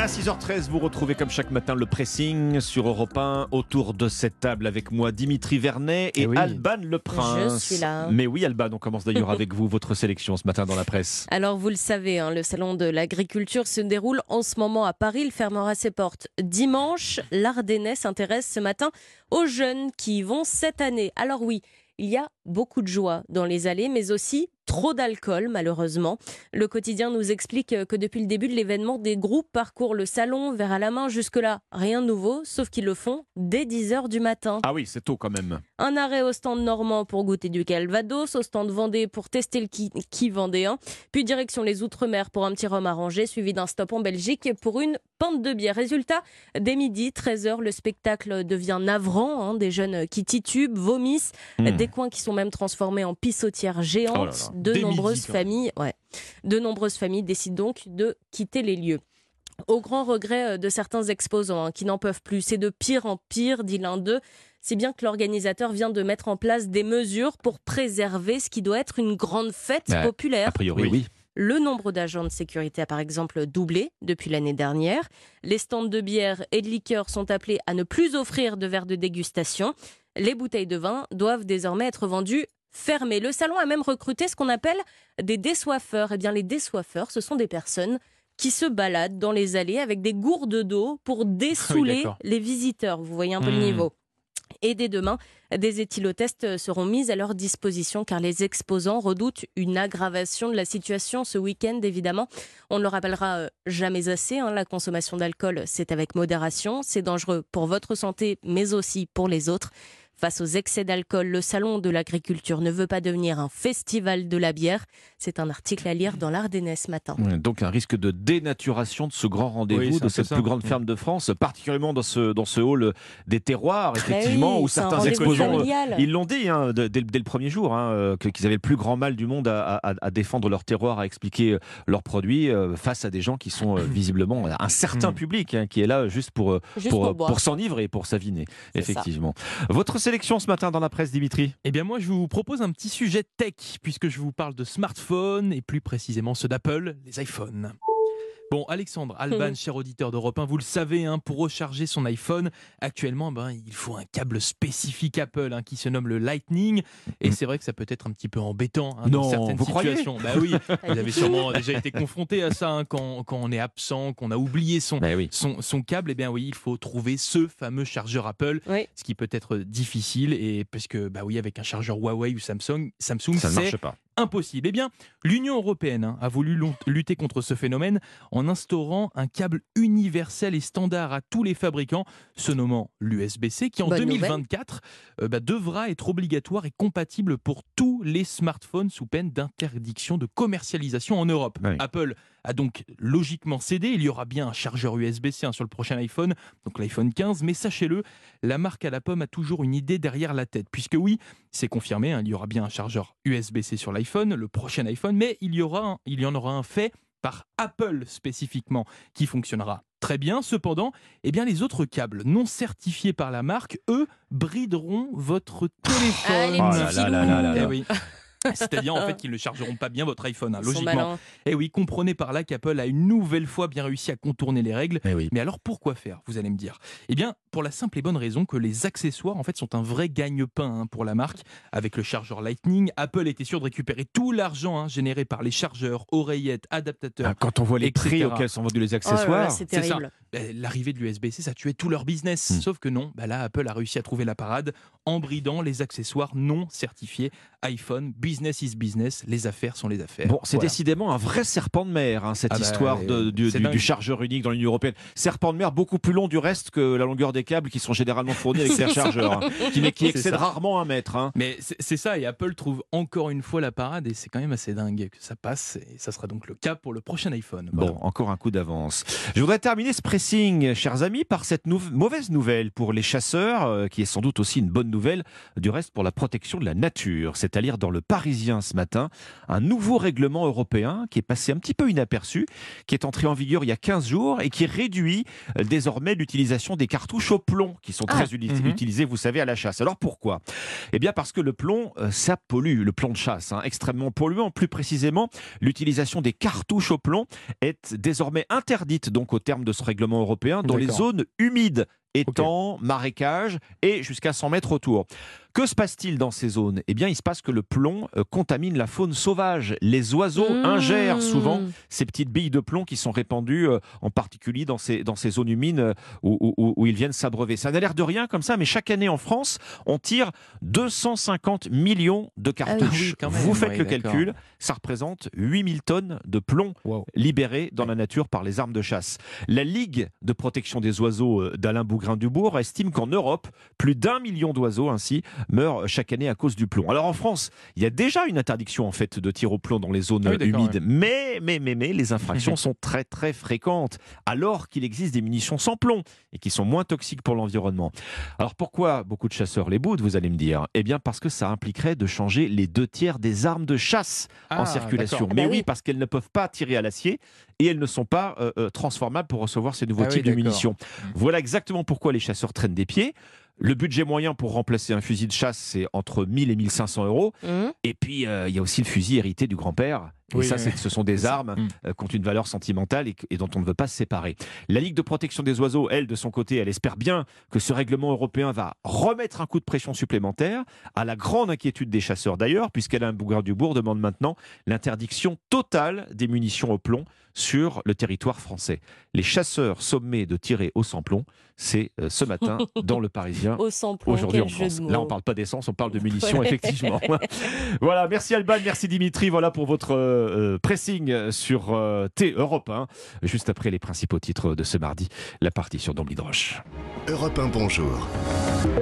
À 6h13, vous retrouvez comme chaque matin le pressing sur Europe 1 autour de cette table avec moi Dimitri Vernet et Alban Le Prince. Je suis là. Mais oui Alban, on commence d'ailleurs avec vous votre sélection ce matin dans la presse. Alors vous le savez, le salon de l'agriculture se déroule en ce moment à Paris. Il fermera ses portes dimanche. L'Ardennais s'intéresse ce matin aux jeunes qui y vont cette année. Alors oui, il y a beaucoup de joie dans les allées, mais aussi trop d'alcool, malheureusement. Le quotidien nous explique que depuis le début de l'événement, des groupes parcourent le salon verre à la main. Jusque-là, rien de nouveau, sauf qu'ils le font dès 10h du matin. Ah oui, c'est tôt quand même. Un arrêt au stand normand pour goûter du Calvados, au stand Vendée pour tester le qui vendéen, puis direction les Outre-mer pour un petit rhum arrangé, suivi d'un stop en Belgique pour une pinte de bière. Résultat, dès midi, 13h, le spectacle devient navrant. Des jeunes qui titubent, vomissent, des coins qui sont même transformés en pissotières géantes. Oh là là. De nombreuses familles décident donc de quitter les lieux. Au grand regret de certains exposants qui n'en peuvent plus. C'est de pire en pire, dit l'un d'eux. Si bien que l'organisateur vient de mettre en place des mesures pour préserver ce qui doit être une grande fête populaire. A priori, oui. Le nombre d'agents de sécurité a par exemple doublé depuis l'année dernière. Les stands de bière et de liqueur sont appelés à ne plus offrir de verres de dégustation. Les bouteilles de vin doivent désormais être vendues fermées. Le salon a même recruté ce qu'on appelle des désoiffeurs. Eh bien, les désoiffeurs, ce sont des personnes qui se baladent dans les allées avec des gourdes d'eau pour dessouler les visiteurs. Vous voyez un peu le niveau. Et dès demain, des éthylotests seront mis à leur disposition car les exposants redoutent une aggravation de la situation ce week-end, évidemment. On ne le rappellera jamais assez, la consommation d'alcool, c'est avec modération. C'est dangereux pour votre santé, mais aussi pour les autres. Face aux excès d'alcool, le salon de l'agriculture ne veut pas devenir un festival de la bière. C'est un article à lire dans l'Ardennais ce matin. Donc un risque de dénaturation de ce grand rendez-vous, de cette plus grande ferme de France, particulièrement dans ce hall des terroirs, effectivement, où certains exposants, ils l'ont dit dès le premier jour, qu'ils avaient le plus grand mal du monde à défendre leur terroir, à expliquer leurs produits face à des gens qui sont visiblement un certain public qui est là juste pour s'enivrer et pour s'aviner. Effectivement. Votre sélection ce matin dans la presse, Dimitri? Eh bien moi je vous propose un petit sujet tech puisque je vous parle de smartphones et plus précisément ceux d'Apple, les iPhones. Bon, Alexandre, Alban, cher auditeur d'Europe 1, vous le savez, pour recharger son iPhone, actuellement, il faut un câble spécifique Apple qui se nomme le Lightning. Et c'est vrai que ça peut être un petit peu embêtant dans certaines situations. Oui, vous avez sûrement déjà été confronté à ça quand on est absent, qu'on a oublié son câble. Eh bien oui, il faut trouver ce fameux chargeur Apple, ce qui peut être difficile. Et parce que, avec un chargeur Huawei ou Samsung, ça ne marche pas. Impossible. Eh bien, l'Union européenne a voulu lutter contre ce phénomène en instaurant un câble universel et standard à tous les fabricants, se nommant l'USB-C, qui en 2024 devra être obligatoire et compatible pour tous les smartphones sous peine d'interdiction de commercialisation en Europe. Apple a donc logiquement cédé. Il y aura bien un chargeur USB-C sur le prochain iPhone, donc l'iPhone 15, mais sachez-le, la marque à la pomme a toujours une idée derrière la tête, puisque oui, c'est confirmé, il y aura bien un chargeur USB-C sur l'iPhone, le prochain iPhone, mais il y en aura un fait par Apple spécifiquement, qui fonctionnera très bien. Cependant, les autres câbles non certifiés par la marque, eux, brideront votre téléphone. C'est-à-dire en fait qu'ils ne chargeront pas bien votre iPhone, logiquement. Et oui, comprenez par là qu'Apple a une nouvelle fois bien réussi à contourner les règles. Mais alors pourquoi faire, vous allez me dire? Eh bien, pour la simple et bonne raison que les accessoires en fait sont un vrai gagne-pain pour la marque. Avec le chargeur Lightning, Apple était sûr de récupérer tout l'argent généré par les chargeurs, oreillettes, adaptateurs. Quand on voit les prix auxquels sont vendus les accessoires, c'est terrible. Ça. L'arrivée de l'USB-C, ça tuait tout leur business. Sauf que non, là, Apple a réussi à trouver la parade en bridant les accessoires non certifiés iPhone. Business is business, les affaires sont les affaires. Bon, c'est décidément un vrai serpent de mer, cette histoire du chargeur unique dans l'Union européenne. Serpent de mer beaucoup plus long du reste que la longueur des câbles qui sont généralement fournis avec ces chargeurs, qui excèdent rarement 1 mètre. Mais c'est ça, et Apple trouve encore une fois la parade, et c'est quand même assez dingue que ça passe, et ça sera donc le cas pour le prochain iPhone. Bon, encore un coup d'avance. Je voudrais terminer ce pressing, chers amis, par cette mauvaise nouvelle pour les chasseurs, qui est sans doute aussi une bonne nouvelle, du reste pour la protection de la nature. C'est à lire dans le Parisien ce matin, un nouveau règlement européen qui est passé un petit peu inaperçu, qui est entré en vigueur il y a 15 jours et qui réduit désormais l'utilisation des cartouches au plomb qui sont très utilisés, vous savez, à la chasse. Alors pourquoi ? Eh bien parce que le plomb, ça pollue, le plomb de chasse, extrêmement polluant. Plus précisément, l'utilisation des cartouches au plomb est désormais interdite donc au terme de ce règlement européen dans les zones humides, étangs, marécages et jusqu'à 100 mètres autour. Que se passe-t-il dans ces zones ? Eh bien, il se passe que le plomb contamine la faune sauvage. Les oiseaux ingèrent souvent ces petites billes de plomb qui sont répandues, en particulier dans ces zones humides où ils viennent s'abreuver. Ça n'a l'air de rien comme ça, mais chaque année en France, on tire 250 millions de cartouches. Vous faites le calcul, ça représente 8000 tonnes de plomb libérées dans la nature par les armes de chasse. La Ligue de protection des oiseaux d'Alain Bougrain-Dubourg estime qu'en Europe, plus d'1 million d'oiseaux ainsi meurent chaque année à cause du plomb. Alors en France, il y a déjà une interdiction en fait de tir au plomb dans les zones humides, mais les infractions sont très très fréquentes, alors qu'il existe des munitions sans plomb et qui sont moins toxiques pour l'environnement. Alors pourquoi beaucoup de chasseurs les boudent, vous allez me dire ? Eh bien parce que ça impliquerait de changer les 2/3 des armes de chasse en circulation. Mais oui, parce qu'elles ne peuvent pas tirer à l'acier et elles ne sont pas transformables pour recevoir ces nouveaux types de munitions. Voilà exactement pourquoi les chasseurs traînent des pieds. Le budget moyen pour remplacer un fusil de chasse, c'est entre 1000 et 1500 euros. Et puis, il y a aussi le fusil hérité du grand-père. Et ce sont des armes qui ont une valeur sentimentale et dont on ne veut pas se séparer. La Ligue de protection des oiseaux, elle, de son côté, elle espère bien que ce règlement européen va remettre un coup de pression supplémentaire, à la grande inquiétude des chasseurs d'ailleurs, puisqu'Alain Bougrain-Dubourg demande maintenant l'interdiction totale des munitions au plomb sur le territoire français. Les chasseurs sommés de tirer au sans-plomb, c'est ce matin dans Le Parisien, aujourd'hui en France. Là, on ne parle pas d'essence, on parle de munitions, effectivement. Voilà, merci Alban, merci Dimitri, voilà pour votre pressing sur Europe 1. Juste après les principaux titres de ce mardi, la partition d'Omblidroche. Europe 1, bonjour.